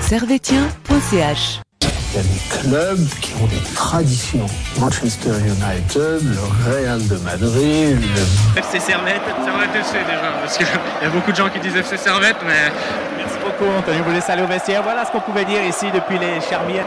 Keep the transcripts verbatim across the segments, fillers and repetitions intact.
servetien point c h. Il y a des clubs qui ont des traditions. Manchester United, le Real de Madrid, le... F C Servette, Servette F C déjà, parce qu'il y a beaucoup de gens qui disent F C Servette, mais... Merci beaucoup Anthony, vous laissez aller au vestiaire. Voilà ce qu'on pouvait dire ici depuis les Charmières.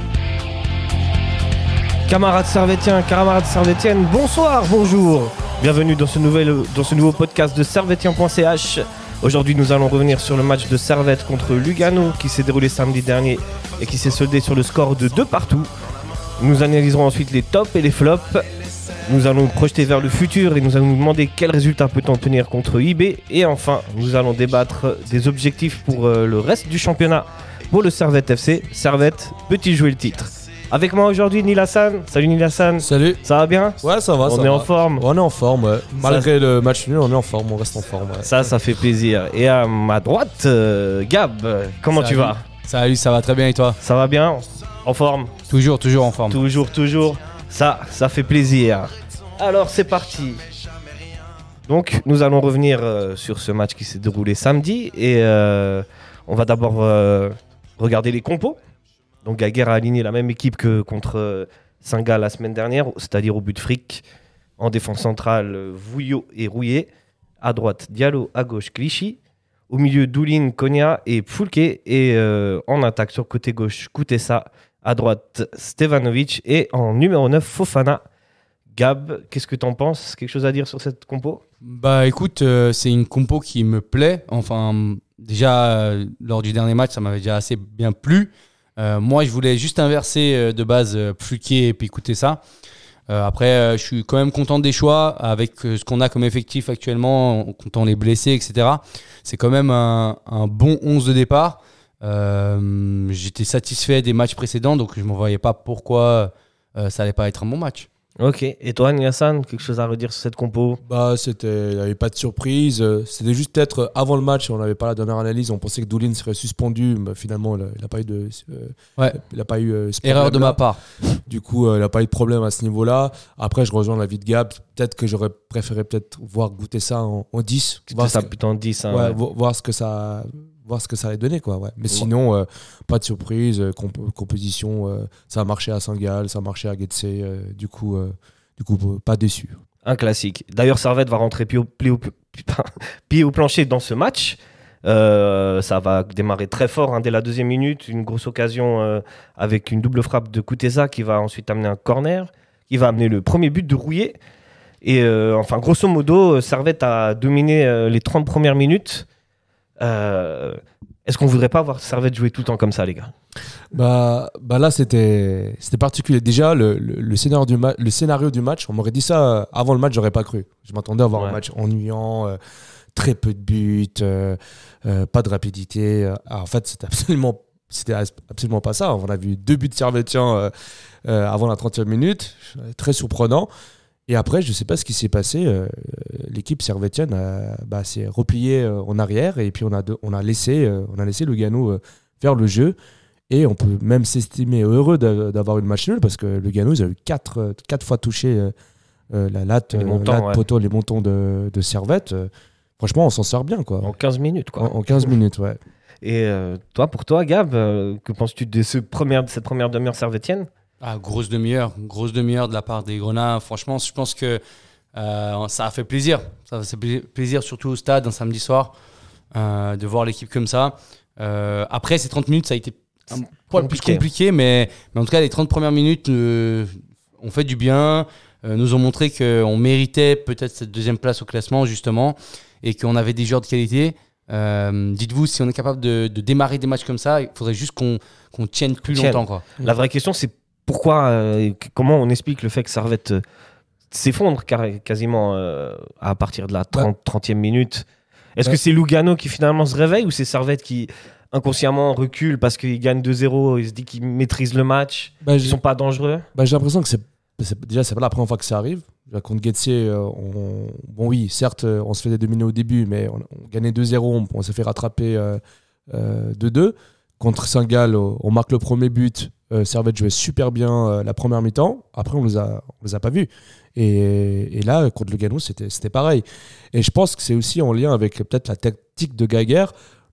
Camarades servétiens, camarades servétiennes, bonsoir, bonjour. Bienvenue dans ce, nouvel, dans ce nouveau podcast de servetien point c h. Aujourd'hui, nous allons revenir sur le match de Servette contre Lugano qui s'est déroulé samedi dernier et qui s'est soldé sur le score de deux partout. Nous analyserons ensuite les tops et les flops. Nous allons nous projeter vers le futur et nous allons nous demander quel résultat peut-on obtenir contre I B. Et enfin, nous allons débattre des objectifs pour euh, le reste du championnat pour le Servette F C. Servette, peut-il jouer le titre ? Avec moi aujourd'hui, Nil Hassan. Salut Nil Hassan. Salut. Ça va bien ? Ouais, ça va. On ça est va. en forme. On est en forme, ouais. Malgré ça... le match nul, on est en forme, on reste en forme. Ouais. Ça, ça fait plaisir. Et à ma droite, euh, Gab, comment Salut. tu vas ? Salut, ça va très bien et toi ? Ça va bien ? En forme ? Toujours, toujours en forme. Toujours, toujours. Ça, ça fait plaisir. Alors, c'est parti. Donc, nous allons revenir euh, sur ce match qui s'est déroulé samedi. Et euh, on va d'abord euh, regarder les compos. Donc Gaguerre a aligné la même équipe que contre euh, Saint-Gall la semaine dernière, c'est-à-dire au but de fric. En défense centrale, euh, Vouillot et Rouillet. À droite, Diallo. À gauche, Clichy. Au milieu, Doulin, Konya et Foulke. Et euh, en attaque sur côté gauche, Koutessa. À droite, Stevanovic. Et en numéro neuf, Fofana. Gab, qu'est-ce que t'en penses ? Quelque chose à dire sur cette compo ? Bah écoute, euh, c'est une compo qui me plaît. Enfin, déjà, euh, lors du dernier match, ça m'avait déjà assez bien plu. Euh, moi, je voulais juste inverser euh, de base euh, Fluquier et puis écouter ça. Euh, après, euh, je suis quand même content des choix avec euh, ce qu'on a comme effectif actuellement, en comptant les blessés, et cetera. C'est quand même un, un bon onze de départ. Euh, j'étais satisfait des matchs précédents, donc je ne me voyais pas pourquoi euh, ça n'allait pas être un bon match. Ok. Et toi, Niassan, quelque chose à redire sur cette compo ? Bah, c'était, il n'y avait pas de surprise. C'était juste peut-être avant le match, on n'avait pas la dernière analyse, on pensait que Doulin serait suspendu, mais finalement, il n'a pas eu de. Euh, ouais. Il n'a pas eu. Euh, Erreur de ma part. Du coup, euh, il n'a pas eu de problème à ce niveau-là. Après, je rejoins l'avis de Gab. Peut-être que j'aurais préféré peut-être voir goûter ça en, en dix. Voir ça que, plutôt en dix. Hein, ouais, ouais. vo- voir ce que ça. voir ce que ça allait donner, quoi. Ouais. Mais sinon, euh, pas de surprise. Euh, comp- composition, euh, ça a marché à Saint-Gall, ça a marché à Getse. Euh, du coup, euh, du coup, pas déçu. Un classique. D'ailleurs, Servette va rentrer pied au, pied au, pied au plancher dans ce match. Euh, ça va démarrer très fort hein, dès la deuxième minute. Une grosse occasion euh, avec une double frappe de Koutessa qui va ensuite amener un corner, qui va amener le premier but de Rouillet. Et euh, enfin, grosso modo, Servette a dominé euh, les trente premières minutes. Euh, est-ce qu'on ne voudrait pas voir Servette jouer tout le temps comme ça, les gars ? Bah, bah là, c'était, c'était particulier. Déjà, le, le, le, scénario du ma- le scénario du match, on m'aurait dit ça avant le match, j'aurais pas cru. Je m'attendais à voir ouais. un match ennuyant, euh, très peu de buts, euh, euh, pas de rapidité. Alors, en fait, c'était absolument, c'était absolument pas ça. On a vu deux buts de Servetiens euh, euh, avant la trentième minute, très surprenant. Et après, je ne sais pas ce qui s'est passé. Euh, l'équipe servétienne a, bah, s'est repliée euh, en arrière et puis on a, de, on a laissé, euh, on a laissé Lugano euh, faire le jeu. Et on peut même s'estimer heureux d'a, d'avoir une match nulle parce que Lugano, ils ont eu quatre, quatre fois touché euh, euh, la latte, les montants, latte ouais. poteau, les montants de, de Servette. Euh, franchement, on s'en sort bien, quoi. En quinze minutes, quoi. En, en quinze minutes, ouais. Et euh, toi, pour toi, Gab, euh, que penses-tu de, ce première, de cette première demi-heure servétienne ? Ah, grosse demi-heure, grosse demi-heure de la part des Grenats. Franchement, je pense que euh, ça a fait plaisir. Ça a fait plaisir, surtout au stade, un samedi soir, euh, de voir l'équipe comme ça. Euh, après, ces trente minutes, ça a été un poil plus compliqué, mais, mais en tout cas, les trente premières minutes euh, ont fait du bien, euh, nous ont montré qu'on méritait peut-être cette deuxième place au classement, justement, et qu'on avait des joueurs de qualité. Euh, dites-vous, si on est capable de, de démarrer des matchs comme ça, il faudrait juste qu'on, qu'on tienne plus tienne. longtemps. Quoi. La vraie question, c'est pourquoi, euh, comment on explique le fait que Servette euh, s'effondre car- quasiment euh, à partir de la trente, trentième minute. Est-ce ouais. que c'est Lugano qui finalement se réveille ou c'est Servette qui inconsciemment recule parce qu'il gagne deux zéro, il se dit qu'il maîtrise le match, bah, ils ne sont pas dangereux? Bah, j'ai l'impression que c'est, c'est déjà c'est pas la première fois que ça arrive. Contre Getse, on, bon oui, certes, on se fait dominer au début, mais on, on gagnait deux zéro, on, on s'est fait rattraper euh, euh, deux deux. Contre Saint-Gall, on marque le premier but. Euh, Servette jouait super bien euh, la première mi-temps. Après, on ne les a, on les a pas vus. Et, et là, contre Lugano, c'était, c'était pareil. Et je pense que c'est aussi en lien avec peut-être la tactique de Gaguerre.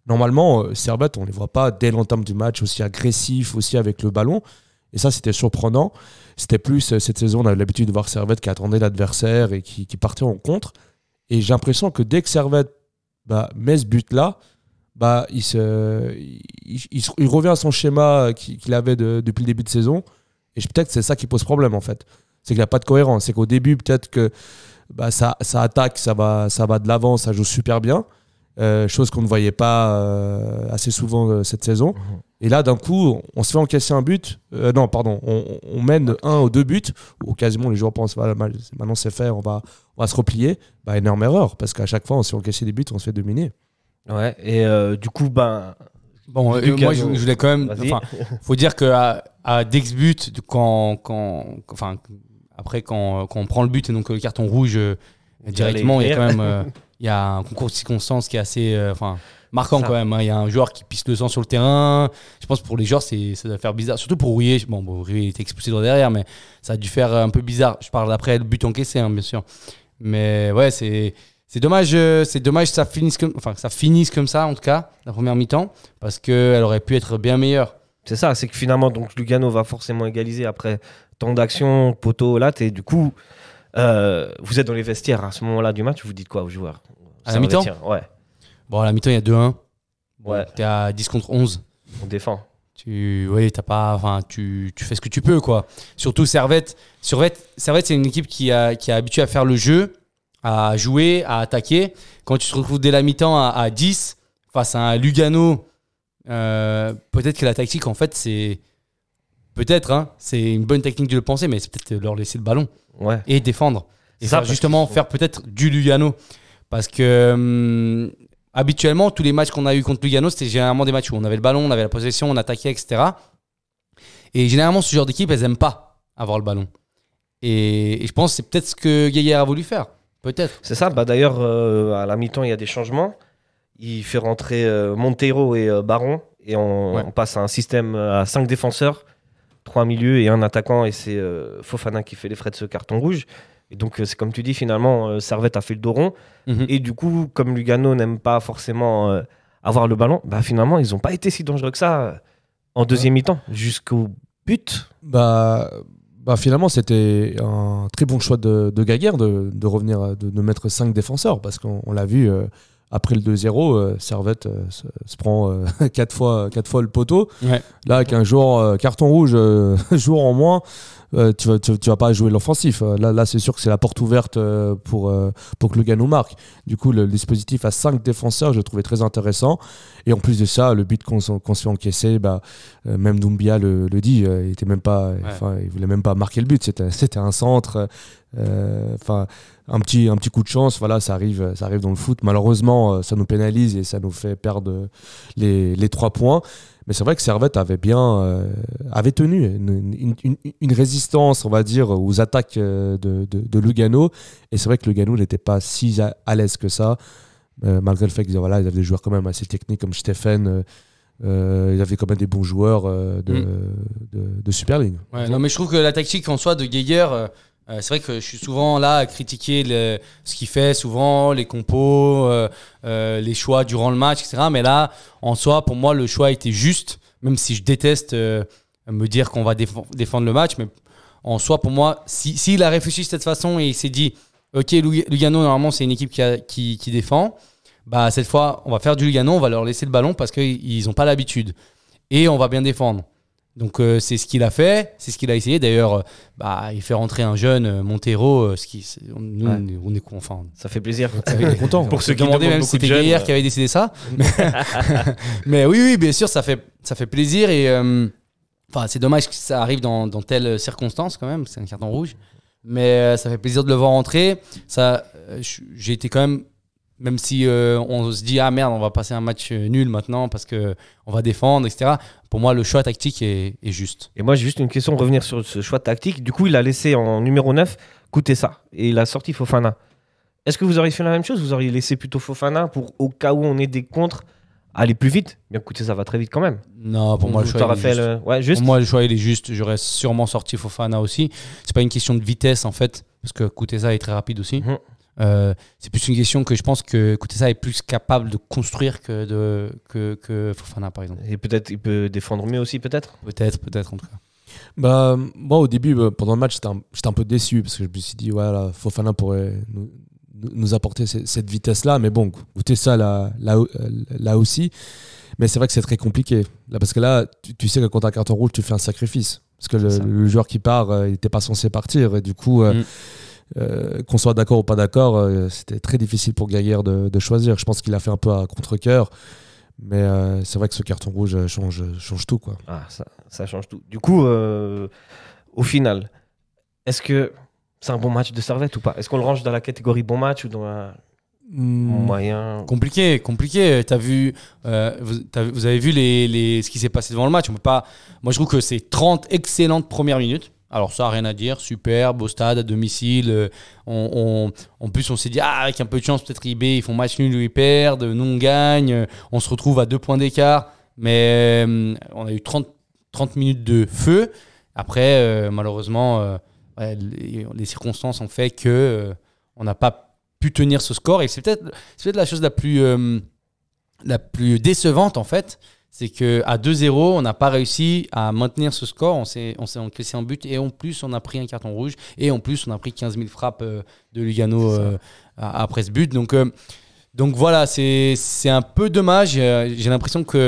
Normalement, euh, Servette, on ne les voit pas dès l'entame du match aussi agressifs, aussi avec le ballon. Et ça, c'était surprenant. C'était plus, euh, cette saison, on avait l'habitude de voir Servette qui attendait l'adversaire et qui, qui partait en contre. Et j'ai l'impression que dès que Servette bah, met ce but-là, bah, il, se, il, il, il revient à son schéma qu'il, qu'il avait de, depuis le début de saison. Et je, peut-être que c'est ça qui pose problème, en fait. C'est qu'il n'y a pas de cohérence. C'est qu'au début, peut-être que bah, ça, ça attaque, ça va, ça va de l'avant, ça joue super bien. Euh, chose qu'on ne voyait pas euh, assez souvent euh, cette saison. Mmh. Et là, d'un coup, on se fait encaisser un but. Euh, non, pardon, on, on mène un ou deux buts, où quasiment les joueurs pensent voilà, maintenant c'est fait, on va, on va se replier. Bah, énorme erreur, parce qu'à chaque fois, on se fait encaisser des buts, on se fait dominer. Ouais, et euh, du coup, ben. Bon, euh, moi, je, je voulais quand même. Il faut dire qu'à à d'ex-but, quand, quand, enfin, après, quand, quand on prend le but et donc le carton rouge euh, directement, il y a quand même. Euh, Il y a un concours de circonstances qui est assez euh, enfin, marquant ça. Quand même. Hein. Il y a un joueur qui pisse le sang sur le terrain. Je pense que pour les joueurs, c'est, ça doit faire bizarre. Surtout pour Rouillet. Bon, bon Rouillet était expulsé de derrière, mais ça a dû faire un peu bizarre. Je parle après le but encaissé, hein, bien sûr. Mais ouais, c'est, c'est dommage, euh, c'est dommage que ça finisse comme, enfin, que ça finisse comme ça, en tout cas, la première mi-temps, parce qu'elle aurait pu être bien meilleure. C'est ça, c'est que finalement, donc, Lugano va forcément égaliser après tant d'actions, poteau, là. Et du coup, euh, vous êtes dans les vestiaires à ce moment-là du match, vous dites quoi aux joueurs? À la mi-temps ? Ouais. Bon, à la mi-temps, il y a deux un. Bon, ouais. T'es à dix contre onze. On défend. Tu, oui, t'as pas, enfin, tu, tu fais ce que tu peux, quoi. Surtout Servette. Servette, Servette c'est une équipe qui a, qui a habitué à faire le jeu, à jouer, à attaquer. Quand tu te retrouves dès la mi-temps à, à dix, face à un Lugano, euh, peut-être que la tactique, en fait, c'est. Peut-être, hein, c'est une bonne technique de le penser, mais c'est peut-être leur laisser le ballon. Ouais. Et défendre. Et ça, ça, justement, faire peut-être du Lugano. Parce que hum, habituellement, tous les matchs qu'on a eu contre Lugano, c'était généralement des matchs où on avait le ballon, on avait la possession, on attaquait, et cetera. Et généralement, ce genre d'équipe, elles n'aiment pas avoir le ballon. Et, et je pense que c'est peut-être ce que Geiger a voulu faire. Peut-être. C'est ça. Bah, d'ailleurs, euh, à la mi-temps, il y a des changements. Il fait rentrer euh, Monteiro et euh, Baron. Et on, ouais. on passe à un système à cinq défenseurs, trois milieux et un attaquant. Et c'est euh, Fofana qui fait les frais de ce carton rouge. Et donc, c'est comme tu dis, finalement, euh, Servette a fait le dos rond. Mmh. Et du coup, comme Lugano n'aime pas forcément euh, avoir le ballon, bah, finalement, ils n'ont pas été si dangereux que ça euh, en deuxième ouais. mi-temps, jusqu'au but. Bah, bah, finalement, c'était un très bon choix de, de Geiger de, de revenir, de, de mettre cinq défenseurs, parce qu'on on l'a vu, euh, après le deux zéro, euh, Servette euh, se, se prend euh, quatre fois, quatre fois le poteau. Ouais. Là, avec un joueur euh, carton rouge, euh, jour en moins, Euh, tu vas, tu, tu vas pas jouer l'offensif. Là, là, c'est sûr que c'est la porte ouverte euh, pour, euh, pour que Lugano marque. Du coup, le, le dispositif à cinq défenseurs, je le trouvais très intéressant. Et en plus de ça, le but qu'on, qu'on se fait encaisser, bah, euh, même Doumbia le, le dit, euh, il était même pas, ouais. il voulait même pas marquer le but. C'était, c'était un centre. Enfin, euh, un petit, un petit coup de chance. Voilà, ça arrive, ça arrive dans le foot. Malheureusement, ça nous pénalise et ça nous fait perdre les, les trois points. Mais c'est vrai que Servette avait bien euh, avait tenu une, une, une, une résistance, on va dire, aux attaques de, de, de Lugano. Et c'est vrai que Lugano n'était pas si à, à l'aise que ça, euh, malgré le fait qu'ils voilà, ils avaient des joueurs quand même assez techniques comme Stéphane. Euh, euh, ils avaient quand même des bons joueurs euh, de, mm. de, de, de Super League. Ouais, non, mais je trouve que la tactique en soi de Geiger, euh, euh, c'est vrai que je suis souvent là à critiquer le, ce qu'il fait, souvent les compos, euh, euh, les choix durant le match, et cetera. Mais là, en soi, pour moi, le choix était juste, même si je déteste euh, me dire qu'on va déf- défendre le match. Mais en soi, pour moi, si, s'il a réfléchi de cette façon et il s'est dit, OK, Lugano, normalement, c'est une équipe qui, a, qui, qui défend, bah, cette fois, on va faire du Lugano, on va leur laisser le ballon parce qu'ils n'ont pas l'habitude. Et on va bien défendre. Donc euh, c'est ce qu'il a fait, c'est ce qu'il a essayé. D'ailleurs, euh, bah, il fait rentrer un jeune euh, Montero, euh, ce qui, c'est, on, nous, ouais. on, est, on est enfin, ça fait plaisir. Ça fait content. Pour ceux qui demandaient même si c'était Geiger qui avait décidé ça. mais, mais oui, oui, bien sûr, ça fait, ça fait plaisir et euh, enfin, c'est dommage que ça arrive dans, dans telles circonstances quand même. C'est un carton rouge, mais euh, ça fait plaisir de le voir rentrer. Ça, euh, j'ai été quand même. Même si euh, on se dit ah merde, on va passer un match nul maintenant parce que on va défendre, et cetera. Pour moi, le choix tactique est, est juste. Et moi, j'ai juste une question, revenir sur ce choix tactique. Du coup, il a laissé en numéro neuf Koutessa et il a sorti Fofana. Est-ce que vous auriez fait la même chose ? Vous auriez laissé plutôt Fofana pour, au cas où on ait des contres, aller plus vite ? Bien que Koutessa va très vite quand même. Non, pour moi, le choix, il est juste. Le... Ouais, juste. Pour moi, le choix, il est juste. J'aurais sûrement sorti Fofana aussi. C'est pas une question de vitesse en fait, parce que Koutessa est très rapide aussi. Mmh. Euh, c'est plus une question que je pense que Kutesa est plus capable de construire que, de, que, que Fofana, par exemple. Et peut-être il peut défendre mieux aussi, peut-être. Peut-être, peut-être en tout cas. Bah, moi, au début, bah, pendant le match, j'étais un, j'étais un peu déçu parce que je me suis dit, voilà, Fofana pourrait nous, nous apporter c- cette vitesse-là. Mais bon, goûter ça là, là, là aussi. Mais c'est vrai que c'est très compliqué. Là, parce que là, tu, tu sais que quand tu as un carton rouge, tu fais un sacrifice. Parce que le, le joueur qui part, euh, il n'était pas censé partir. Et du coup, euh, mm. euh, qu'on soit d'accord ou pas d'accord, euh, c'était très difficile pour Gaguerre de, de choisir. Je pense qu'il a fait un peu à contre-cœur. Mais euh, c'est vrai que ce carton rouge change, change tout, quoi. Ah, ça, ça change tout. Du coup, euh, au final, est-ce que c'est un bon match de Servette ou pas? Est-ce qu'on le range dans la catégorie bon match ou dans la mmh. moyen? Compliqué, compliqué. T'as vu, euh, vous, t'as, vous avez vu les, les, ce qui s'est passé devant le match. On peut pas. Moi, je trouve que c'est trente excellentes premières minutes. Alors ça, rien à dire, super, beau stade, à domicile. Euh, on, on, en plus, on s'est dit, ah, avec un peu de chance, peut-être I B, ils font match nul ou ils perdent. Nous, on gagne. Euh, on se retrouve à deux points d'écart. Mais euh, on a eu trente, trente minutes de feu. Après, euh, malheureusement, euh, ouais, les, les circonstances ont fait qu'on euh, n'a pas pu tenir ce score. Et c'est peut-être, c'est peut-être la chose la plus, euh, la plus décevante, en fait. C'est qu'à deux zéro, on n'a pas réussi à maintenir ce score. On s'est, on s'est encaissé un but et en plus, on a pris un carton rouge. Et en plus, on a pris quinze mille frappes euh, de Lugano euh, après ce but. Donc, euh, donc voilà, c'est, c'est un peu dommage. J'ai l'impression qu'on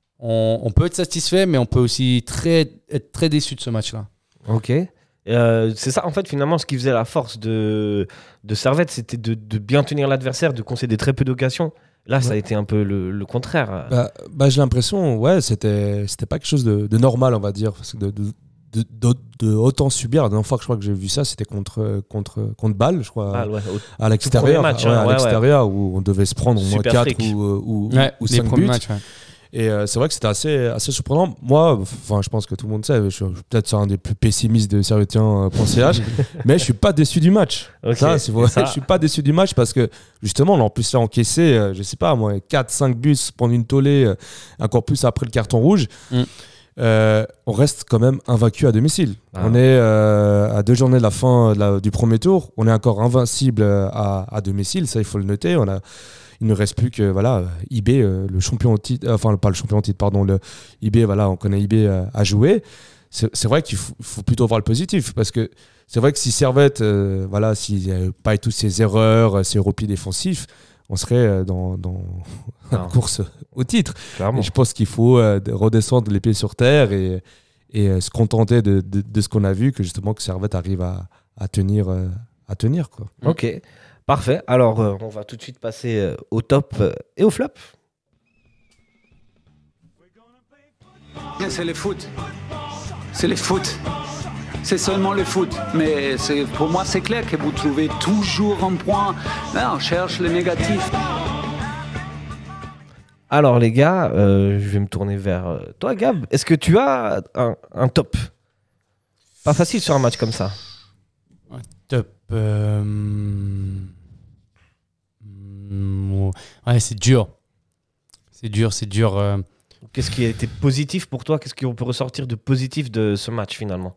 on peut être satisfait, mais on peut aussi très, être très déçu de ce match-là. Ok. Euh, c'est ça, en fait, finalement, ce qui faisait la force de, de Servette, c'était de, de bien tenir l'adversaire, de concéder très peu d'occasions. Là, ouais. Ça a été un peu le, le contraire. Bah, bah, j'ai l'impression, ouais, c'était, c'était pas quelque chose de, de normal, on va dire. Parce que de, de, de, de, de autant subir, la dernière fois que je crois que j'ai vu ça, c'était contre, contre, contre Bâle, je crois, Bâle, ouais, à l'extérieur, match, ouais, hein, à ouais, l'extérieur ouais. Où on devait se prendre au moins quatre ou, ou, ouais, ou cinq buts. Matchs, ouais. Et euh, c'est vrai que c'était assez, assez surprenant. Moi, enfin, je pense que tout le monde sait, je suis peut-être un des plus pessimistes de Servetien point C H, mais je suis pas déçu du match. Okay, ça, c'est vrai. Ça. Je suis pas déçu du match parce que justement, on a en plus fait encaisser, euh, je sais pas, moi, quatre cinq buts, prendre une tollée, euh, encore plus après le carton rouge. Mm. Euh, on reste quand même invaincu à domicile. Ah. On est euh, à deux journées de la fin de la, du premier tour. On est encore invincible à, à domicile. Ça, il faut le noter. On a Il ne reste plus que voilà, I B, euh, le champion au titre, euh, enfin pas le champion au titre, pardon, le I B, voilà, on connaît I B euh, à jouer. C'est, c'est vrai qu'il faut, faut plutôt voir le positif parce que c'est vrai que si Servette, euh, voilà, s'il n'y avait pas eu toutes ces erreurs, ces replis défensifs, on serait dans, dans la course au titre. Clairement. Et je pense qu'il faut euh, redescendre les pieds sur terre et, et euh, se contenter de, de, de ce qu'on a vu, que justement que Servette arrive à, à tenir, euh, à tenir quoi. Ok. Parfait. Alors, euh, on va tout de suite passer euh, au top euh, et au flop. C'est le foot. C'est le foot. C'est seulement le foot. Mais c'est, pour moi, c'est clair que vous trouvez toujours un point. Là, on cherche le négatif. Alors, les gars, euh, je vais me tourner vers euh, toi, Gab. Est-ce que tu as un, un top? Pas facile sur un match comme ça. Un top. Euh... Ouais, c'est dur. C'est dur, c'est dur. Euh... Qu'est-ce qui a été positif pour toi? Qu'est-ce qu'on peut ressortir de positif de ce match finalement?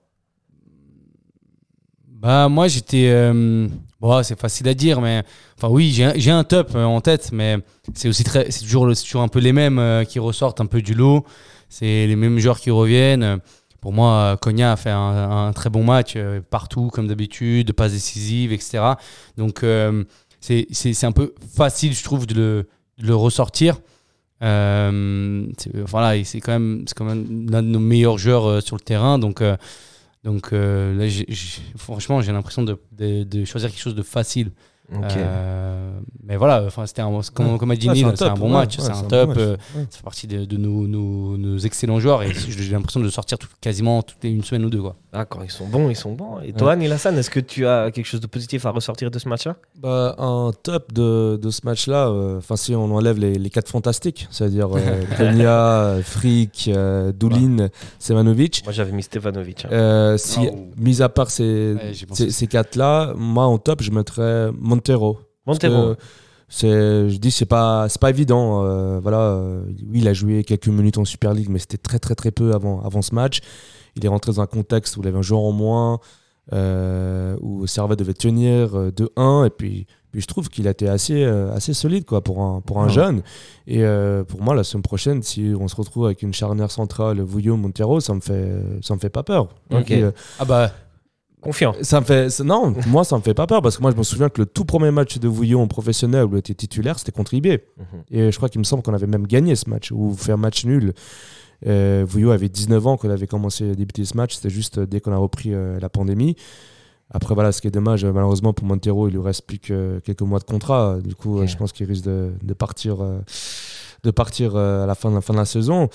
Bah moi j'étais. Euh... Bon, c'est facile à dire, mais enfin oui, j'ai un, j'ai un top euh, en tête, mais c'est aussi très, c'est toujours, c'est toujours un peu les mêmes euh, qui ressortent un peu du lot. C'est les mêmes joueurs qui reviennent. Pour moi, Konya a fait un, un très bon match euh, partout comme d'habitude, de passes décisives, et cetera. Donc euh, c'est, c'est, c'est un peu facile, je trouve, de le, de le ressortir. Euh, c'est, voilà, c'est quand même, c'est quand même l'un de nos meilleurs joueurs euh, sur le terrain, donc. Euh, Donc euh, là, j'ai, j'ai, franchement, j'ai l'impression de, de, de choisir quelque chose de facile. Okay. Euh, mais voilà, c'était un, comme, ouais. comme a dit Neil, ouais, c'est, c'est un bon ouais, match, ouais, c'est, c'est un, un top. Bon euh, ouais. Ça fait partie de, de nos, nos, nos excellents joueurs et j'ai l'impression de sortir tout, quasiment toutes les une semaine ou deux. Quoi. Ah, quand ils sont bons, ils sont bons. Et toi, ouais. Neil Hassan, est-ce que tu as quelque chose de positif à ressortir de ce match-là? Bah, un top de, de ce match-là, enfin euh, si on enlève les, les quatre fantastiques, c'est-à-dire Konya, Frick, euh, Doulin, ouais. Stevanovic. Moi, j'avais mis Stevanovic. Hein. Euh, si, oh. Mis à part ces, ouais, ces, ces quatre-là, moi en top, je mettrais Montero. Montero. C'est, je dis c'est pas c'est pas évident. Euh, voilà, euh, oui, il a joué quelques minutes en Super League, mais c'était très très très peu avant avant ce match. Il est rentré dans un contexte où il avait un joueur en moins. euh, où Servette devait tenir euh, deux un. Et puis, puis je trouve qu'il a été assez, euh, assez solide quoi, pour un, pour un Ouais. jeune. Et euh, pour moi, la semaine prochaine, si on se retrouve avec une charnière centrale Vouillot-Montero, ça me fait, ça me fait pas peur. Ok. Et, euh, Ah bah, Confiant. ça me fait, ça- non, moi ça me fait pas peur parce que moi je me souviens que le tout premier match de Vouillot en professionnel où il était titulaire, c'était contre I B. Mhm. Et je crois qu'il me semble qu'on avait même gagné ce match ou fait un match nul. Euh, Vouillot avait dix-neuf ans quand il avait commencé à débuter ce match. C'était juste euh, dès qu'on a repris euh, la pandémie. Après voilà, ce qui est dommage, euh, malheureusement pour Montero, il lui reste plus que quelques mois de contrat. Du coup, euh, Ouais. je pense qu'il risque de, de partir, euh, de partir euh, à la fin de la fin de la saison.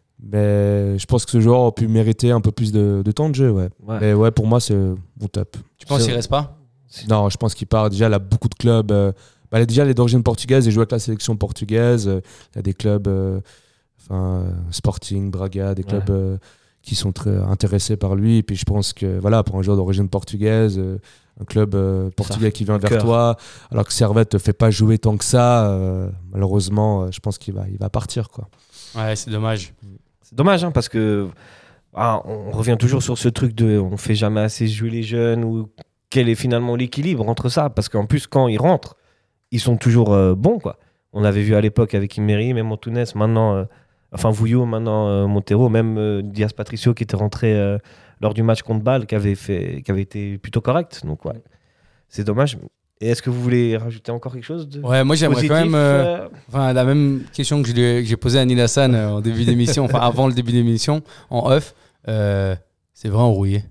Mais je pense que ce joueur aurait pu mériter un peu plus de, de temps de jeu. Ouais. Ouais. Mais ouais, pour moi, c'est mon top. tu penses C'est- qu'il reste pas? Non, je pense qu'il part. Déjà, il a beaucoup de clubs. euh, bah, il a déjà, il est d'origine portugaise. Il joue avec la sélection portugaise. euh, il a des clubs, euh, enfin, euh, Sporting, Braga, des clubs Ouais. euh, qui sont très intéressés par lui. Et puis, je pense que, voilà, pour un joueur d'origine portugaise, euh, un club euh, portugais qui vient vers cœur. toi, alors que Servette ne fait pas jouer tant que ça, euh, malheureusement, euh, je pense qu'il va, il va partir, quoi. Ouais, c'est dommage. C'est dommage, hein, parce que ah, on revient toujours sur ce truc de on fait jamais assez jouer les jeunes ou quel est finalement l'équilibre entre ça. Parce qu'en plus, quand ils rentrent, ils sont toujours euh, bons, quoi. On avait vu à l'époque avec Imery, même Antunes, maintenant, euh, enfin Vouillot, maintenant euh, Montero, même euh, Diaz Patricio qui était rentré euh, lors du match contre Bâle, qui avait, fait, qui avait été plutôt correct. Donc, ouais, c'est dommage. Et est-ce que vous voulez rajouter encore quelque chose de Ouais, moi j'aimerais positif, quand même. euh, euh, Enfin, la même question que je lui ai- que j'ai posée à Neil Hassan euh, en début d'émission, enfin avant le début d'émission, en off. Euh, c'est vrai en rouillé.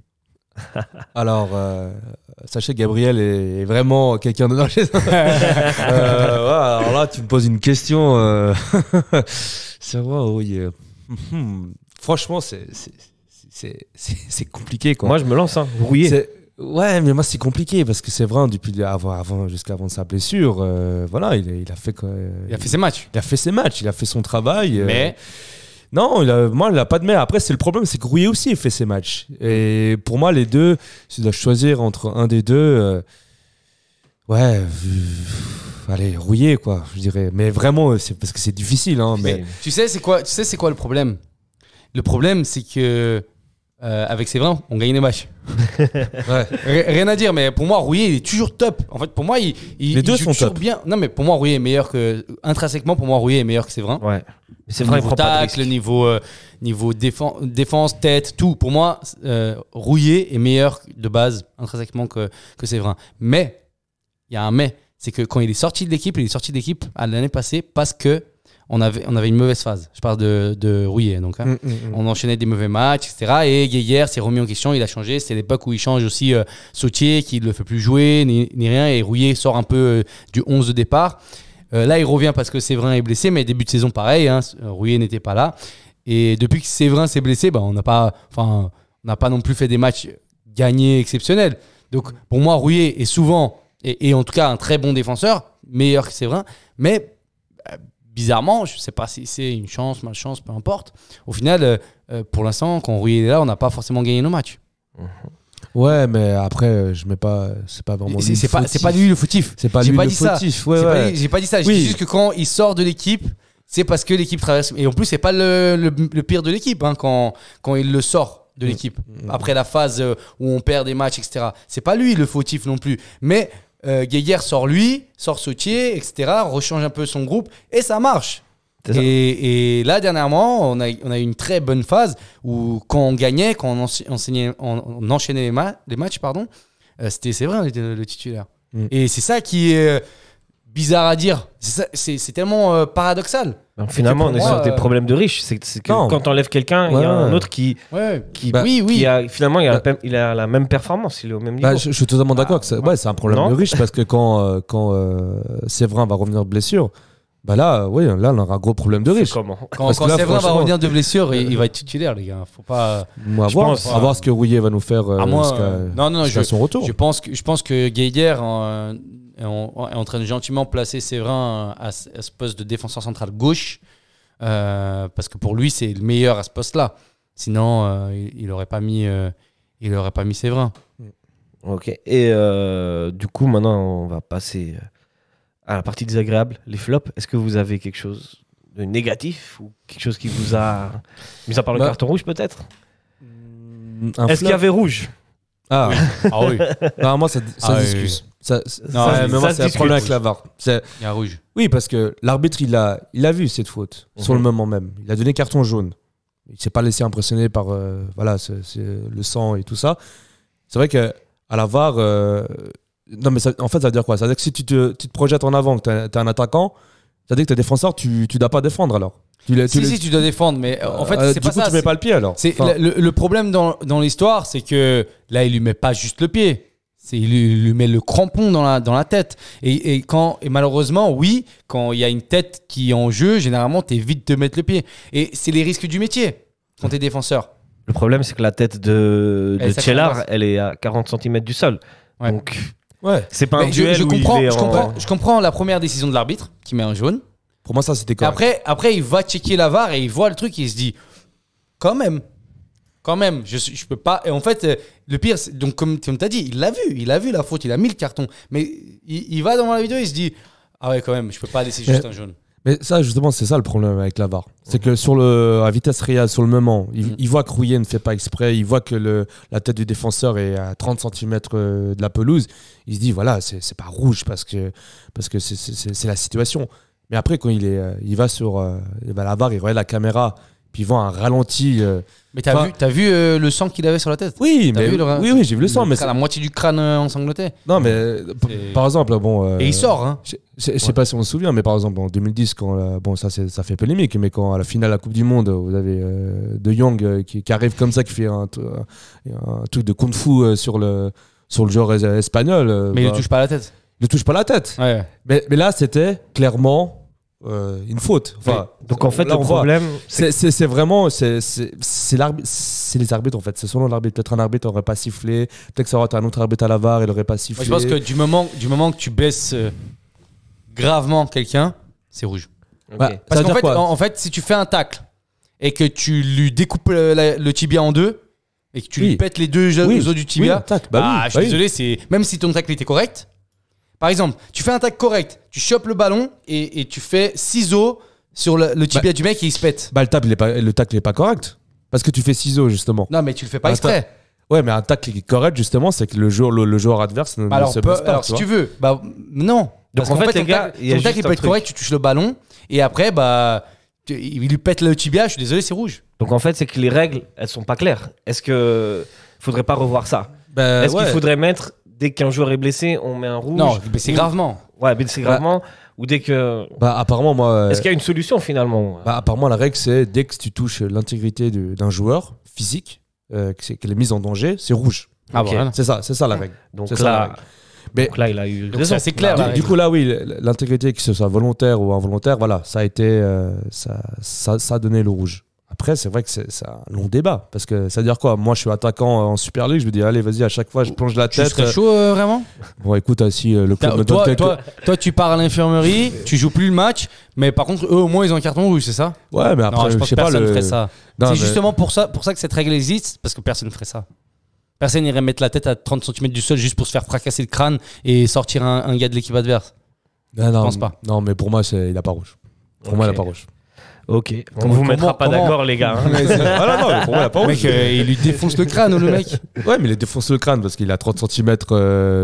Alors, euh, sachez que Gabriel est, est vraiment quelqu'un de... Non, je- Euh, ouais, alors là, tu me poses une question. Euh... c'est vrai, oui. euh, hmm. Franchement, c'est, c'est, c'est, c'est, c'est compliqué, quoi. Moi, je me lance, hein, rouillé. C'est- Ouais, mais moi, c'est compliqué parce que c'est vrai, depuis avant, avant, jusqu'avant sa blessure, euh, voilà, il a, il a fait quoi, euh, Il a fait ses matchs. il a fait ses matchs, il a fait son travail. euh, Mais non, il a, moi, il n'a pas de mais. Après, c'est le problème, c'est que Rouillé aussi, il fait ses matchs. Et pour moi, les deux, si je dois choisir entre un des deux, euh, ouais, euh, allez, Rouillé, quoi, je dirais. Mais vraiment, c'est parce que c'est difficile, hein. Mais tu sais, c'est quoi, tu sais, c'est quoi le problème? Le problème, c'est que euh, avec Séverin, on gagne les matchs. ouais. R- Rien à dire, mais pour moi, Rouillé, il est toujours top. En fait, pour moi, il, il, Les deux il joue sont toujours top. bien. Non, mais pour moi, Rouillé est meilleur que. Intrinsèquement, pour moi, Rouillé est meilleur que Séverin. Ouais. Mais c'est vrai, il niveau prend pas de tacle, risque. niveau, euh, niveau défense, défense, tête, tout. Pour moi, euh, Rouillé est meilleur de base, intrinsèquement, que, que Séverin. Mais, il y a un mais. C'est que quand il est sorti de l'équipe, il est sorti de l'équipe à l'année passée parce que on avait, on avait une mauvaise phase. Je parle de, de Rouillé. Donc, hein. Mm, mm, mm. On enchaînait des mauvais matchs, et cetera. Et Guéguerre s'est remis en question, il a changé. C'est l'époque où il change aussi euh, Sautier, qui ne le fait plus jouer, ni, ni rien. Et Rouillé sort un peu euh, du onze de départ. Euh, là, il revient parce que Séverin est blessé, mais début de saison, pareil. Hein, Rouillé n'était pas là. Et depuis que Séverin s'est blessé, bah, on n'a pas, enfin, on n'a pas non plus fait des matchs gagnés exceptionnels. Donc, pour moi, Rouillé est souvent, et, et en tout cas un très bon défenseur, meilleur que Séverin. Mais euh, bizarrement, je ne sais pas si c'est une chance, malchance, peu importe. Au final, euh, euh, pour l'instant, quand Rouillé est là, on n'a pas forcément gagné nos matchs. Ouais, mais après, euh, je mets pas. C'est pas vraiment. Et lui C'est le c'est pas, c'est fautif. pas lui le fautif. C'est pas J'ai lui pas le dit ça. fautif. Ouais, J'ai pas ouais. dit- j'ai pas dit ça. Je Oui. dis juste que quand il sort de l'équipe, c'est parce que l'équipe traverse. Et en plus, c'est pas le, le, le pire de l'équipe hein, quand, quand il le sort de l'équipe. Après la phase euh, où on perd des matchs, et cetera. C'est pas lui le fautif non plus. Mais euh, Guéguerre sort lui, sort Sautier, et cetera. Rechange un peu son groupe et ça marche. C'est ça. Et, et là, dernièrement, on a, on a eu une très bonne phase où, quand on gagnait, quand on, ense- enseignait- on- on enchaînait les, ma- les matchs, pardon, euh, c'était Séverin le, le titulaire. Mm. Et c'est ça qui est euh, bizarre à dire. C'est ça- C'est c'est tellement euh, paradoxal. Donc, finalement, pour on est moi, sur des euh, problèmes de riches. C'est c'est que Non. quand t'enlèves quelqu'un, il y Ouais. a un autre qui, Ouais. qui, Bah, oui, oui. qui a, finalement, il a, Bah. la, il a la même performance. Il est au même niveau. Bah, je, je suis totalement d'accord. que c'est- ouais, c'est un problème Non. de riche parce que quand, euh, quand euh, Séverin va revenir de blessure, bah là, oui, là, on aura un gros problème de C'est riche. comment Quand, Parce que quand là, Séverin va franchement- revenir de blessure, il, il va être titulaire, les gars. Faut pas. Moi, à, Je voir, pense, à voir ce que Rouillé va nous faire euh, À moins, jusqu'à euh, non, non, jusqu'à je- son retour. Je pense que, je pense que Guéguerre euh, est, en, est en train de gentiment placer Séverin à, ce- à ce poste de défenseur central gauche. euh, parce que pour lui, c'est le meilleur à ce poste-là. Sinon, euh, il n'aurait pas mis, euh, il aurait pas mis Séverin. Ok. Et euh, du coup, maintenant, on va passer euh, à la partie désagréable, les flops. Est-ce que vous avez quelque chose de négatif ou quelque chose qui vous a. Mis à part le Bah, carton rouge, peut-être Un Est-ce qu'il y flop. avait rouge Ah Oui. Ah oui. non, moi, ça, ça Ah oui, discute. Ça, ça, Non, ça- ça- mais moi, ça c'est un se problème discute. avec la V A R. C'est- Il y a rouge. Oui, parce que l'arbitre, il a, il a vu cette faute sur Mhm. le moment même. Il a donné carton jaune. Il s'est pas laissé impressionner par euh, voilà, c'est- c'est le sang et tout ça. C'est vrai qu'à la V A R, euh, non, mais ça- en fait, ça veut dire quoi? Ça veut dire que si tu te, tu te projettes en avant, que tu es un attaquant, ça veut dire que tu es défenseur, tu ne dois pas défendre alors. Tu, le- tu Si, le- si, tu dois défendre, mais euh, en fait, euh, c'est du pas coup, ça. tu mets c'est- pas le pied alors. C'est Enfin, le, le problème dans, dans l'histoire, c'est que là, il lui met pas juste le pied. C'est, il, lui, il lui met le crampon dans la, dans la tête. Et, et, quand, et malheureusement, oui, quand il y a une tête qui est en jeu, généralement, tu évites de mettre le pied. Et c'est les risques du métier quand tu es défenseur. Le problème, c'est que la tête de, Elle de est Tchellar, sacrément elle est à quarante centimètres du sol. Ouais. Donc, ouais. c'est pas un Mais je, duel je où comprends, il est je, en- comprends, je comprends la première décision de l'arbitre qui met un jaune. Pour moi, ça, c'était Et correct. Après, après, il va checker la V A R et il voit le truc et il se dit quand même, quand même, je, suis- je peux pas. Et en fait, euh, le pire, c'est- donc comme tu as dit, il l'a vu, il a vu la faute, il a mis le carton. Mais il, il va dans la vidéo et il se dit ah ouais, quand même, je peux pas laisser juste Mais- un jaune. Mais ça, justement, c'est ça le problème avec la V A R. C'est que sur le, à vitesse réelle, sur le moment, il, Mhm. il voit que Rouillet ne fait pas exprès, il voit que le, la tête du défenseur est à trente centimètres de la pelouse. Il se dit, voilà, c'est c'est pas rouge parce que parce que c'est- c'est c'est- c'est la situation. Mais après, quand il, est, euh, il va sur euh, il va à la V A R, il regarde la caméra, puis il voit un ralenti. euh, Mais t'as Enfin- vu, t'as vu euh, le sang qu'il avait sur la tête. Oui, T'as mais, vu le- oui, oui, j'ai vu le sang. Mais crâne, la moitié du crâne euh, ensanglanté. c'est- non, mais euh, p- C'est- par exemple, bon. euh, Et il sort, hein. Je je- je sais pas si on se souvient, mais par exemple en deux mille dix, quand euh, bon ça c'est- ça fait polémique, mais quand à la finale de la Coupe du Monde, vous avez euh, De Jong euh, qui, qui arrive comme ça, qui fait un, t- un truc de kung-fu euh, sur le sur le joueur es- espagnol. euh, Mais il bah, ne touche pas à la tête. il ne touche pas la tête. Ouais. Mais, mais là c'était clairement euh, une faute. Enfin, Donc, en fait, là, le on voit. problème, C'est c'est- c'est vraiment c'est c'est- c'est l'arbitre- c'est les arbitres en fait. C'est selon l'arbitre. Peut-être un arbitre n'aurait pas sifflé. Peut-être que ça aurait été un autre arbitre à la V A R, il n'aurait pas sifflé. Moi, je pense que du moment, du moment que tu baisses euh, gravement quelqu'un, c'est rouge. Ok. Bah, Parce ça veut qu'en dire fait, quoi en, en fait, si tu fais un tacle et que tu lui découpes le, la- le tibia en deux et que tu Oui. lui pètes les deux os Oui. os du tibia, Oui, tac, bah ah, oui, je suis bah oui. désolé, c'est même si ton tacle était correct. Par exemple, tu fais un tacle correct, tu chopes le ballon et, et tu fais ciseaux sur le, le tibia du mec et il se pète. Bah, le tacle, il est pas, le tacle n'est pas correct. Parce que tu fais ciseaux, justement. Non, mais tu le fais pas Bah, exprès. Ouais, mais un tacle qui est correct, justement, c'est que le joueur, le, le joueur adverse ne, ne Alors, se peu- blesse pas. alors tu si vois. tu veux, bah non. Parce en qu'en fait, fait, les ton gars, tacle, il y a ton tacle, juste il peut un être truc. correct, tu touches le ballon et après, bah, tu- il lui pète le tibia, je suis désolé, c'est rouge. Donc en fait, c'est que les règles, elles sont pas claires. Est-ce que faudrait pas revoir ça Bah, Est-ce ouais. qu'il faudrait mettre, dès qu'un joueur est blessé, on met un rouge Non, mais c'est Ou- gravement. Ouais, blessé gravement. Ou dès que. Bah, apparemment, moi. euh, Est-ce qu'il y a une solution finalement bah, apparemment, la règle, c'est dès que tu touches l'intégrité de- d'un joueur physique, euh, que c'est- qu'elle est mise en danger, c'est rouge. Ah, Ok. voilà. C'est ça, c'est ça la règle. Donc c'est ça, la là, règle. Mais donc là, il a eu Donc raison. c'est assez clair, Là, la du, du règle. coup, là, oui, l'intégrité, que ce soit volontaire ou involontaire, voilà, ça a été. euh, ça, ça, ça a donné le rouge. Après, c'est vrai que c'est c'est un long débat. Parce que ça veut dire quoi? Moi, je suis attaquant en Super League, je me dis, allez, vas-y, à chaque fois, je plonge la Tu tête. serais chaud, euh, vraiment Bon, écoute, ah, si euh, le club Toi, me donne toi, quelques. toi, toi, tu pars à l'infirmerie, tu joues plus le match, mais par contre, eux, au moins, ils ont un carton rouge, c'est ça Ouais, mais après, Non, je pense sais que pas. personne Le... ferait ça. Non, C'est mais- justement pour ça, pour ça que cette règle existe, parce que personne ne ferait ça. Personne n'irait mettre la tête à trente centimètres du sol juste pour se faire fracasser le crâne et sortir un, un gars de l'équipe adverse. Non, non, pense pas. Non, mais pour moi, c'est- il a pas rouge. Pour moi, il a Ok. pas rouge. Ok. On Comment- vous mettra comment- pas comment- d'accord, les gars. hein. Ah non, non, mais pour moi, il a pas Le rouge. mec, euh, il lui défonce le crâne, le mec. Ouais, mais il défonce le crâne parce qu'il a trente centimètres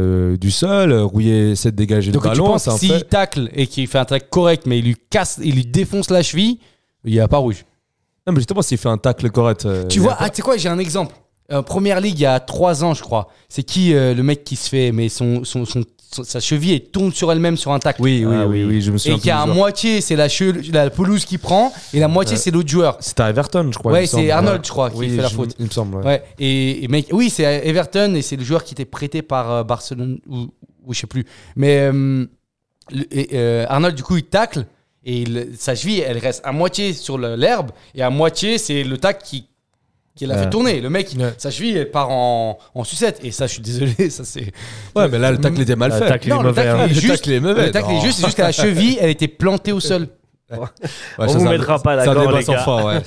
du sol. Rouillé essaie de dégager Donc le tu ballon. penses ça que en s'il fait- tacle et qu'il fait un tacle correct, mais il lui casse, il lui défonce la cheville, il n'y a pas rouge. Non, mais justement, s'il fait un tacle correct. euh, Tu il vois, a pas- ah, tu sais quoi, j'ai un exemple. Euh, Première Ligue, il y a trois ans, je crois. C'est qui euh, le mec qui se fait, mais son, son, son- son- sa cheville elle tombe sur elle-même sur un tacle. Oui, oui, Ah oui, oui. oui, je me souviens. Et qui a à plus du joueur. moitié, c'est la, che- la pelouse qui prend, et la moitié, Ouais. c'est l'autre joueur. C'était à Everton, je crois. il Ouais, me c'est semble. Arnold, Ouais. je crois, qui Oui, fait la je- faute. Il me semble. ouais. Ouais, et, et mec, oui, c'est à Everton, et c'est le joueur qui était prêté par euh, Barcelone, ou, ou je sais plus. Mais euh, le- et, euh, Arnold, du coup, il tacle, et il- sa cheville, elle reste à moitié sur le- l'herbe, et à moitié, c'est le tacle qui. qui l'a Ouais. fait tourner. Le mec, Ouais. sa cheville, elle part en, en sucette. Et ça, je suis désolé, ça c'est. Ouais, mais là, le tacle était mal Le fait. tacle, il est Non, le mauvais, tacle, hein. il est Le juste. tacle est mauvais. Le tacle est Non. juste, c'est juste que la cheville, elle était plantée au sol. Ouais, On ça, vous c'est un- mettra pas c'est un d'accord, débat les sans gars. fin, ouais.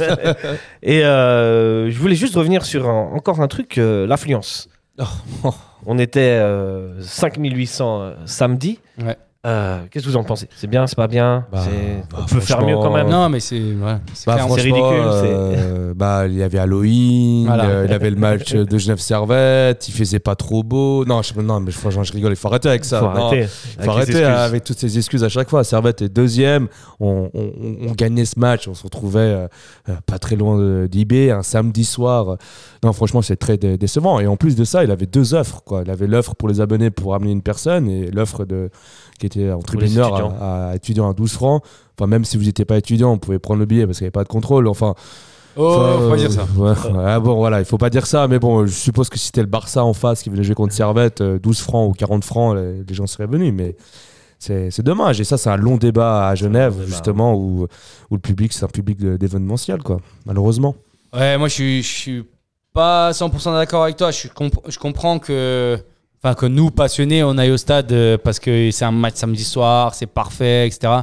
Et euh, je voulais juste revenir sur un- encore un truc, euh, l'affluence. Oh. On était euh, cinq mille huit cents euh, samedi. Ouais. Euh, Qu'est-ce que vous en pensez? C'est bien, c'est pas bien? Bah, C'est- bah, On peut faire mieux quand même. Non, mais c'est ouais, c'est Bah, clair. c'est franchement, ridicule, euh, bah, il y avait Halloween, Voilà. euh, il y avait le match de Genève-Servette, il faisait pas trop beau. Non, je, non mais franchement, je rigole, il faut arrêter avec ça. Faut Non, arrêter. il faut avec les arrêter excuses. avec toutes ces excuses à chaque fois. Servette est deuxième, on, on, on gagnait ce match, on se retrouvait euh, euh, pas très loin de- d'I B, un samedi soir. Non, franchement, c'est très dé- décevant. Et en plus de ça, il avait deux offres, quoi. Il avait l'offre pour les abonnés pour amener une personne et l'offre de qui était en les tribune nord étudiants. à, à étudiant à douze francs. Enfin, même si vous n'étiez pas étudiant, on pouvait prendre le billet parce qu'il n'y avait pas de contrôle. Enfin, Oh, enfin, faut pas euh, dire ça. ouais, ouais, bon, voilà, il faut pas dire ça, mais bon, je suppose que si c'était le Barça en face qui venait jouer contre Servette, euh, douze francs ou quarante francs, les, les gens seraient venus. Mais c'est c'est dommage. Et ça, c'est un long débat à Genève, débat. justement, où, où le public, c'est un public de- d'événementiel, quoi, malheureusement. Ouais, moi je suis, je suis pas cent pour cent d'accord avec toi. Je, suis comp- je comprends que, enfin, que nous, passionnés, on aille au stade euh, parce que c'est un match samedi soir, c'est parfait, et cetera.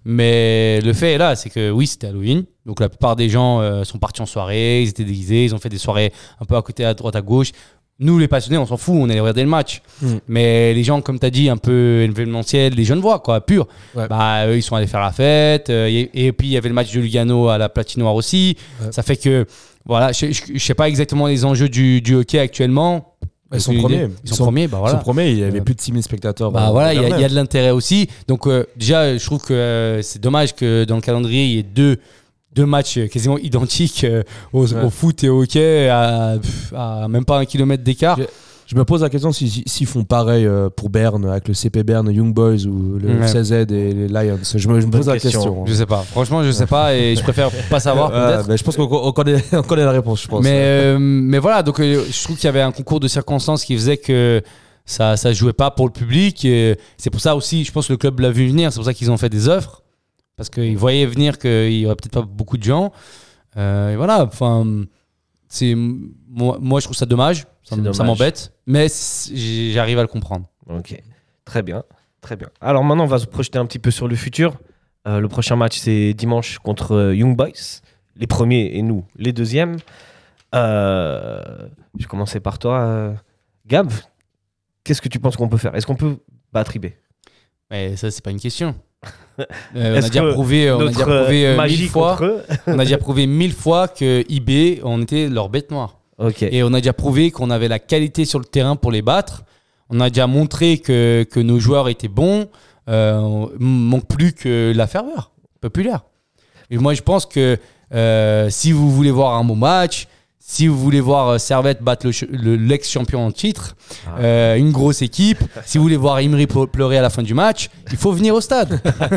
Mais le fait est là, c'est que oui, c'était Halloween. Donc la plupart des gens euh, sont partis en soirée, ils étaient déguisés, ils ont fait des soirées un peu à côté, à droite, à gauche. Nous, les passionnés, on s'en fout, on allait regarder le match. Mm. Mais les gens, comme tu as dit, un peu événementiels, les jeunes voix, quoi, pur, Ouais. bah, eux, ils sont allés faire la fête. euh, et, et puis, il y avait le match de Lugano à la Platinoire aussi. Ouais. Ça fait que, voilà, je ne sais pas exactement les enjeux du, du hockey actuellement. Ils sont Aucune idée. premiers. Ils sont premiers, bah voilà. Ils sont premiers, il y avait Euh, plus de six mille spectateurs. Bah euh, voilà, il y, a- Bernard. il y a de l'intérêt aussi. Donc euh, déjà, je trouve que euh, c'est dommage que dans le calendrier, il y ait deux, deux matchs euh, quasiment identiques euh, au, Ouais. au foot et au hockey à, pff, à même pas un kilomètre d'écart. Je- Je me pose la question si- si- s'ils font pareil euh, pour Berne, avec le C P Berne, Young Boys ou le Ouais. C Z et les Lions. Je me, je me pose la question. question. Je sais pas. Franchement, je sais pas et je préfère pas savoir Ouais, peut-être. ben, je pense qu'on on connaît, on connaît la réponse, je pense. Mais, euh, mais voilà, donc euh, je trouve qu'il y avait un concours de circonstances qui faisait que ça ça jouait pas pour le public. Et c'est pour ça aussi, je pense que le club l'a vu venir. C'est pour ça qu'ils ont fait des offres parce qu'ils voyaient venir qu'il y aurait peut-être pas beaucoup de gens. Euh, et voilà, enfin, c'est moi, moi je trouve ça dommage. Ça, C'est m- ça dommage. m'embête, mais c'est- j'arrive à le comprendre. Ok, très bien, très bien. Alors maintenant, on va se projeter un petit peu sur le futur. Euh, le prochain match, c'est dimanche contre euh, Young Boys, les premiers et nous, les deuxièmes. Euh, je vais commencer par toi, euh, Gab. Qu'est-ce que tu penses qu'on peut faire? Est-ce qu'on peut battre I B? Mais ça, c'est pas une question. Euh, on Est-ce a déjà que prouvé, on a Notre déjà prouvé euh, euh, magie mille fois. contre eux. On a déjà prouvé mille fois que I B, on était leur bête noire. Ok. Et on a déjà prouvé qu'on avait la qualité sur le terrain pour les battre. On a déjà montré que, que nos joueurs étaient bons. Euh, il manque plus que la ferveur populaire. Et moi, je pense que euh, si vous voulez voir un bon match, si vous voulez voir euh, Servette battre le ch- le- l'ex-champion en titre, Ah. euh, une grosse équipe, si vous voulez voir Imri ple- pleurer à la fin du match, il faut venir au stade.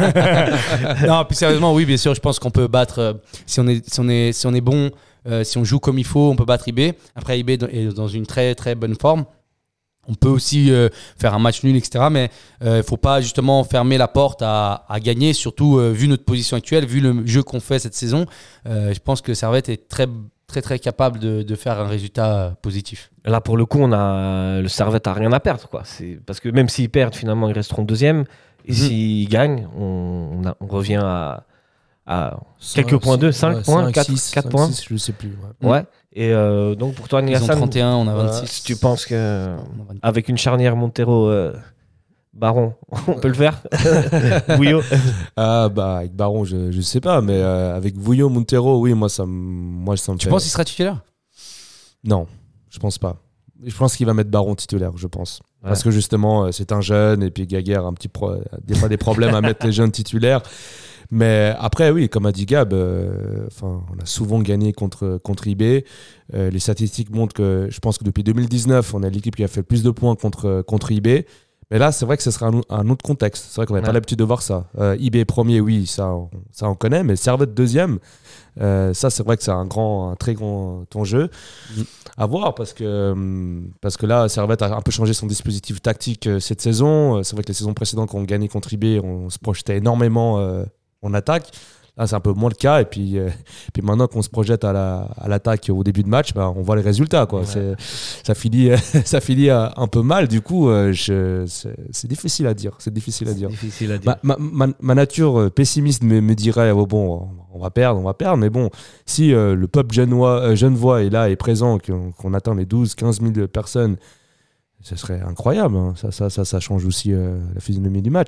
Non, plus sérieusement, oui, bien sûr, je pense qu'on peut battre, euh, si, on est, si, on est, si on est bon, euh, si on joue comme il faut, on peut battre I B. Après, I B est dans une très très bonne forme. On peut aussi euh, faire un match nul, et cetera. Mais il ne faut pas justement fermer la porte à, à gagner, surtout euh, vu notre position actuelle, vu le jeu qu'on fait cette saison. Euh, je pense que Servette est très très très capable de, de faire un résultat euh, positif. Là, pour le coup, on a le Servette a rien à perdre, quoi. C'est parce que même s'ils perdent, finalement, ils resteront deuxième. Et Mhm. s'ils gagnent, on, on a- on revient à, à Cinq, quelques points d'eux, cinq ouais, points, cinq, quatre, six, quatre cinq, points. six, je sais plus. Ouais. Ouais. Et euh, donc pour toi, Ils ont Niassan, trente et un, on a Voilà. vingt-six. tu penses que On a vingt- avec une charnière Montero euh, Baron, on peut le faire? Bouillot. Ah bah avec Baron, je, je sais pas, mais euh, avec Vouillot, Montero, oui, moi ça me, moi ça me Tu fait- penses qu'il sera titulaire? Non, je pense pas. Je pense qu'il va mettre Baron titulaire, je pense. Ouais. Parce que justement, euh, c'est un jeune et puis Gaguerre a un petit pro- des fois des problèmes à mettre les jeunes titulaires. Mais après, oui, comme a dit Gab, euh, enfin, on a souvent gagné contre, contre I B. Euh, les statistiques montrent que je pense que depuis deux mille dix-neuf, on est l'équipe qui a fait le plus de points contre, contre I B. Mais là, c'est vrai que ce sera un, un autre contexte. C'est vrai qu'on n'a Ouais. pas l'habitude de voir ça. Euh, I B premier, oui, ça, on, ça on connaît, mais Servette deuxième, euh, ça c'est vrai que c'est un grand, un très grand enjeu à voir parce que, hum, parce que là, Servette a un peu changé son dispositif tactique euh, cette saison. Euh, C'est vrai que les saisons précédentes, quand on gagnait contre I B, on se projetait énormément euh, en attaque. Là, c'est un peu moins le cas. Et puis, euh, puis maintenant qu'on se projette à la- à l'attaque au début de match, bah, on voit les résultats, quoi. Ouais. C'est- ça finit, ça finit euh, un peu mal. Du coup, euh, je- c'est c'est difficile à dire. C'est difficile à dire. Difficile à dire. Ma, ma- ma- ma nature euh, pessimiste me, me dirait oh, bon, on va perdre, on va perdre. Mais bon, si euh, le peuple genevois, euh, genevois est là, est présent, qu'on qu'on atteint les douze quinze mille personnes, ce serait incroyable. Hein. Ça, ça, ça, ça change aussi euh, la physionomie du match.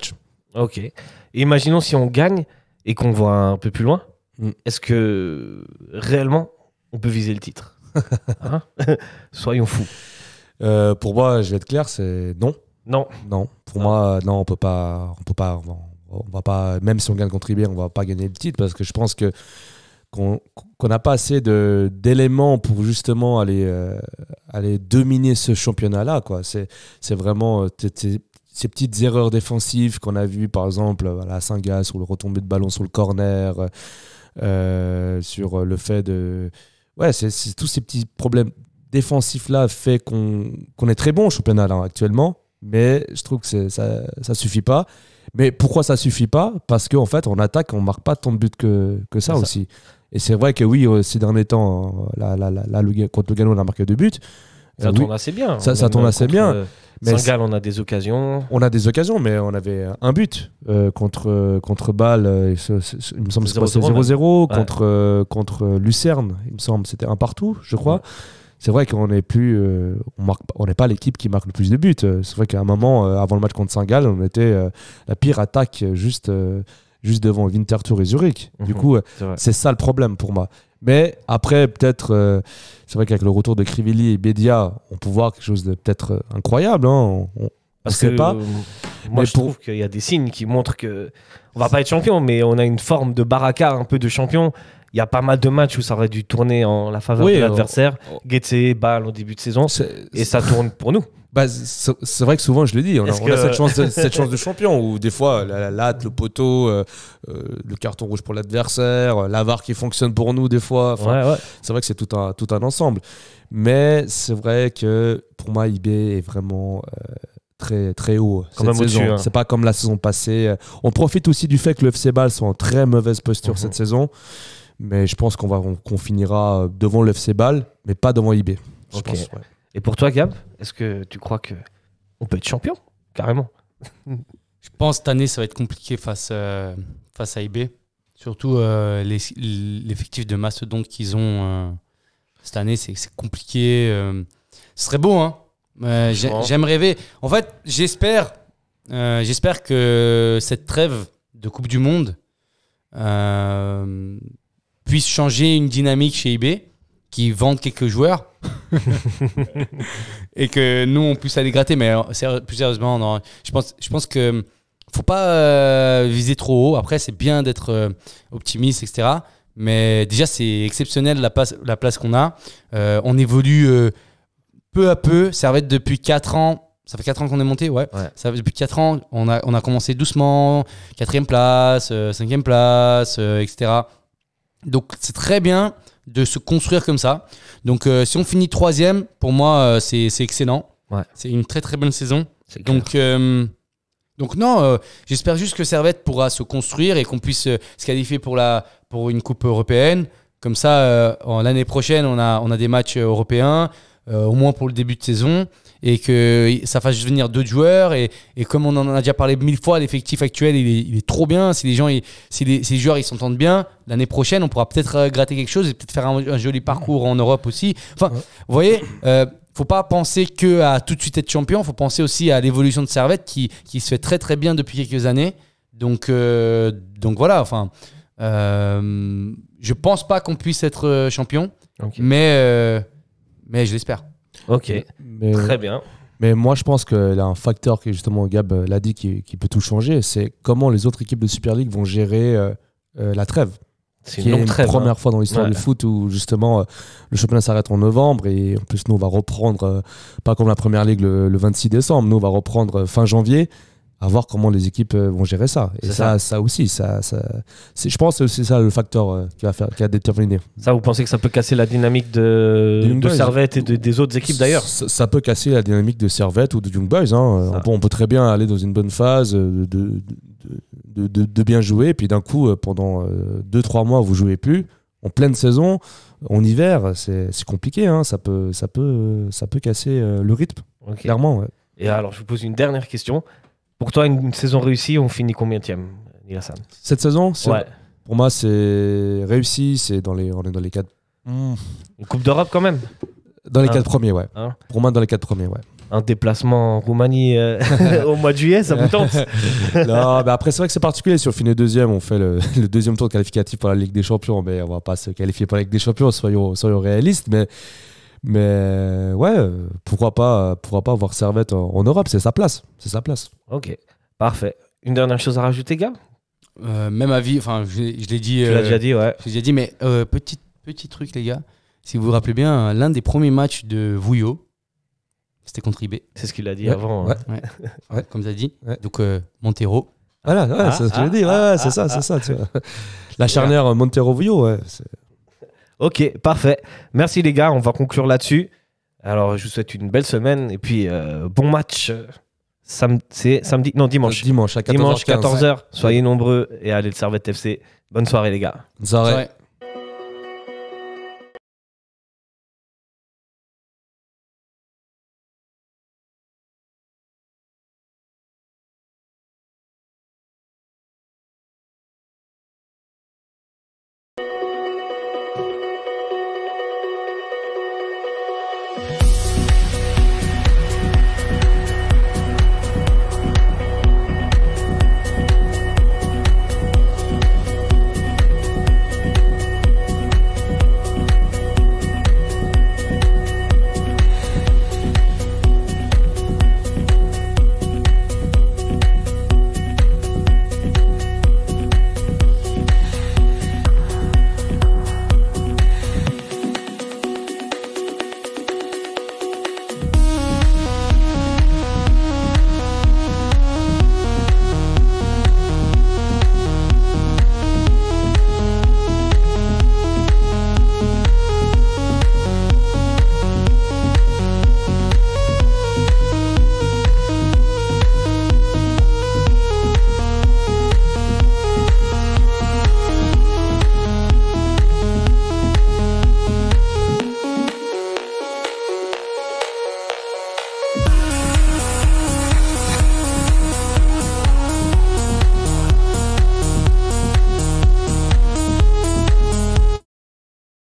Ok. Et imaginons si on gagne et qu'on voit un peu plus loin, Mm. est-ce que réellement on peut viser le titre? Hein? Soyons fous. Euh, pour moi, je vais être clair, c'est non. Non. Non. Pour Ah. moi, non, on peut pas. On peut pas. On, on va pas. Même si on gagne contre I B, on va pas gagner le titre parce que je pense que qu'on qu'on n'a pas assez de d'éléments pour justement aller euh, aller dominer ce championnat-là. Quoi. C'est c'est vraiment euh, t- t- ces petites erreurs défensives qu'on a vues, par exemple, voilà, à Saint-Gall, sur le retombé de ballon sur le corner, euh, sur le fait de. Ouais, c'est, c'est tous ces petits problèmes défensifs-là fait qu'on, qu'on est très bon au championnat là, actuellement, mais je trouve que c'est, ça ne suffit pas. Mais pourquoi ça ne suffit pas? Parce qu'en fait, en attaque, on ne marque pas tant de buts que, que ça, c'est aussi. Ça. Et c'est vrai que oui, ces derniers temps, là, là, là, là, le, contre le Lugano, on a marqué deux buts. Ça euh, tourne oui, assez bien. Ça, ça tourne assez bien. Euh, Mais Saint-Gall, on a des occasions. On a des occasions, mais on avait un but euh, contre, contre Bâle. Euh, ce, ce, ce, il me semble que c'est zéro zéro. Ouais. Contre, euh, contre Lucerne, il me semble c'était un partout, je crois. Ouais. C'est vrai qu'on n'est plus, euh, on marque, on n'est pas l'équipe qui marque le plus de buts. C'est vrai qu'à un moment, euh, avant le match contre Saint-Gall, on était euh, la pire attaque juste, euh, juste devant Winterthur et Zurich. Mm-hmm. Du coup, euh, c'est, c'est ça le problème pour moi. Mais après, peut-être, euh, c'est vrai qu'avec le retour de Crivelli et Bédia, on peut voir quelque chose de peut-être euh, incroyable. Hein. On, on, Parce on que pas. Euh, moi, mais je pour... trouve qu'il y a des signes qui montrent que on va pas être champion, mais on a une forme de baraka, un peu de champion. Il y a pas mal de matchs où ça aurait dû tourner en la faveur oui, de l'adversaire. Oh, oh. Getse, Bâle au début de saison. C'est, et ça tourne pour nous. Bah, c'est, c'est vrai que souvent, je le dis, on, a, on que... a cette chance, de, cette chance de champion où des fois, la, la latte, le poteau, euh, euh, le carton rouge pour l'adversaire, la V A R qui fonctionne pour nous des fois. Enfin, ouais, ouais. C'est vrai que c'est tout un, tout un ensemble. Mais c'est vrai que pour moi, I B est vraiment euh, très, très haut cette saison. Hein. C'est pas comme la saison passée. On profite aussi du fait que le F C Bâle soit en très mauvaise posture mm-hmm. cette saison. Mais je pense qu'on, va, qu'on finira devant le F C Bâle, mais pas devant I B. Je okay. pense, ouais. Et pour toi, Gab, est-ce que tu crois qu'on peut être champion? Carrément. Je pense que cette année, ça va être compliqué face, euh, face à I B. Surtout euh, les, l'effectif de mastodonte qu'ils ont euh, cette année, c'est, c'est compliqué. Euh, ce serait beau, hein. Euh, j'ai, j'aime rêver. En fait, j'espère, euh, j'espère que cette trêve de Coupe du Monde euh, puisse changer une dynamique chez I B, qui vendent quelques joueurs et que nous on puisse aller gratter. Mais plus sérieusement, non, je pense, je pense que faut pas euh, viser trop haut. Après, c'est bien d'être euh, optimiste, et cetera. Mais déjà, c'est exceptionnel la place, la place qu'on a. Euh, on évolue euh, peu à peu. Servette depuis quatre ans. Ça fait quatre ans qu'on est monté, ouais. ouais. Ça fait depuis quatre ans. On a, on a commencé doucement, quatrième place, euh, cinquième place, euh, et cetera. Donc, c'est très bien de se construire comme ça. Donc, euh, si on finit troisième, pour moi, euh, c'est, c'est excellent. Ouais. C'est une très, très bonne saison. Donc, euh, donc, non, euh, j'espère juste que Servette pourra se construire et qu'on puisse euh, se qualifier pour, la, pour une coupe européenne. Comme ça, euh, en, l'année prochaine, on a, on a des matchs européens, euh, au moins pour le début de saison, et que ça fasse venir d'autres joueurs. Et, et comme on en a déjà parlé mille fois, l'effectif actuel, il est, il est trop bien. Si les, gens, ils, si, les, si les joueurs ils s'entendent bien, l'année prochaine, on pourra peut-être gratter quelque chose et peut-être faire un, un joli parcours en Europe aussi. Enfin, ouais. Vous voyez, euh, faut pas penser que à tout de suite être champion. Faut penser aussi à l'évolution de Servette qui, qui se fait très très bien depuis quelques années. Donc, euh, donc voilà. Enfin, euh, je pense pas qu'on puisse être champion, okay. mais euh, mais je l'espère. Ok, mais, très bien. Mais moi, je pense qu'il y a un facteur qui, justement, Gab l'a dit, qui, qui peut tout changer. C'est comment les autres équipes de Super League vont gérer euh, euh, la trêve. C'est qui une, est une trêve, première hein. fois dans l'histoire ouais. du foot où, justement, euh, le championnat s'arrête en novembre. Et en plus, nous, on va reprendre, euh, pas comme la Première Ligue le, le vingt-six décembre. Nous, on va reprendre fin janvier. À voir comment les équipes vont gérer ça. Et ça, ça, ça aussi, ça, ça, c'est, je pense que c'est ça le facteur euh, qui va faire, qui a déterminé. Ça, vous pensez que ça peut casser la dynamique de, de, de Servette et de, des autres équipes d'ailleurs? ça, ça peut casser la dynamique de Servette ou de Young Boys. Hein. On, peut, on peut très bien aller dans une bonne phase, de, de, de, de, de bien jouer, et puis d'un coup, pendant deux trois mois, vous jouez plus. En pleine saison, en hiver, c'est, c'est compliqué. Hein. Ça, peut, ça, peut, ça peut casser le rythme, okay. clairement. Ouais. Et alors, je vous pose une dernière question. Pour toi, une, une saison réussie, on finit combienième, Nilassan? Cette saison c'est, ouais. Pour moi, c'est réussi. C'est dans les, on est dans les quatre. Mmh. Une Coupe d'Europe quand même? Dans les hein? quatre premiers, ouais. Hein? Pour moi, dans les quatre premiers, ouais. un déplacement en Roumanie euh, au mois de juillet, ça vous tente? Non, mais après, c'est vrai que c'est particulier. Si on finit deuxième, on fait le, le deuxième tour qualificatif pour la Ligue des Champions. Mais on va pas se qualifier pour la Ligue des Champions, soyons, soyons réalistes. Mais, mais ouais, pourquoi pas, pourquoi pas avoir Servette en, en Europe? C'est sa place. C'est sa place. Ok, parfait. Une dernière chose à rajouter, gars? Euh, même avis, enfin, je, je l'ai dit. Tu l'as euh, déjà dit, ouais. Je l'ai déjà dit, mais euh, petit, petit truc, les gars. Si vous vous rappelez bien, l'un des premiers matchs de Vouillot, c'était contre I B. C'est ce qu'il a dit Ouais, avant. ouais. hein. Ouais. Ouais, comme tu as dit. Ouais. Donc, euh, Montero. Voilà, ouais, Ah, c'est ce que je ah, l'ai dit. Ouais, ah, ouais, c'est ah, ça, ah. c'est ça. Tu vois. La charnière Montero-Vouillot, ouais. c'est- Ok, parfait. Merci les gars, on va conclure là-dessus. Alors, je vous souhaite une belle semaine et puis euh, bon match. Sam- c'est samedi, non dimanche. Dimanche à quatorze heures Dimanche quinze. quatorze heures. Soyez nombreux et allez le Servette F C. Bonne soirée les gars. Bonne soirée. Ouais.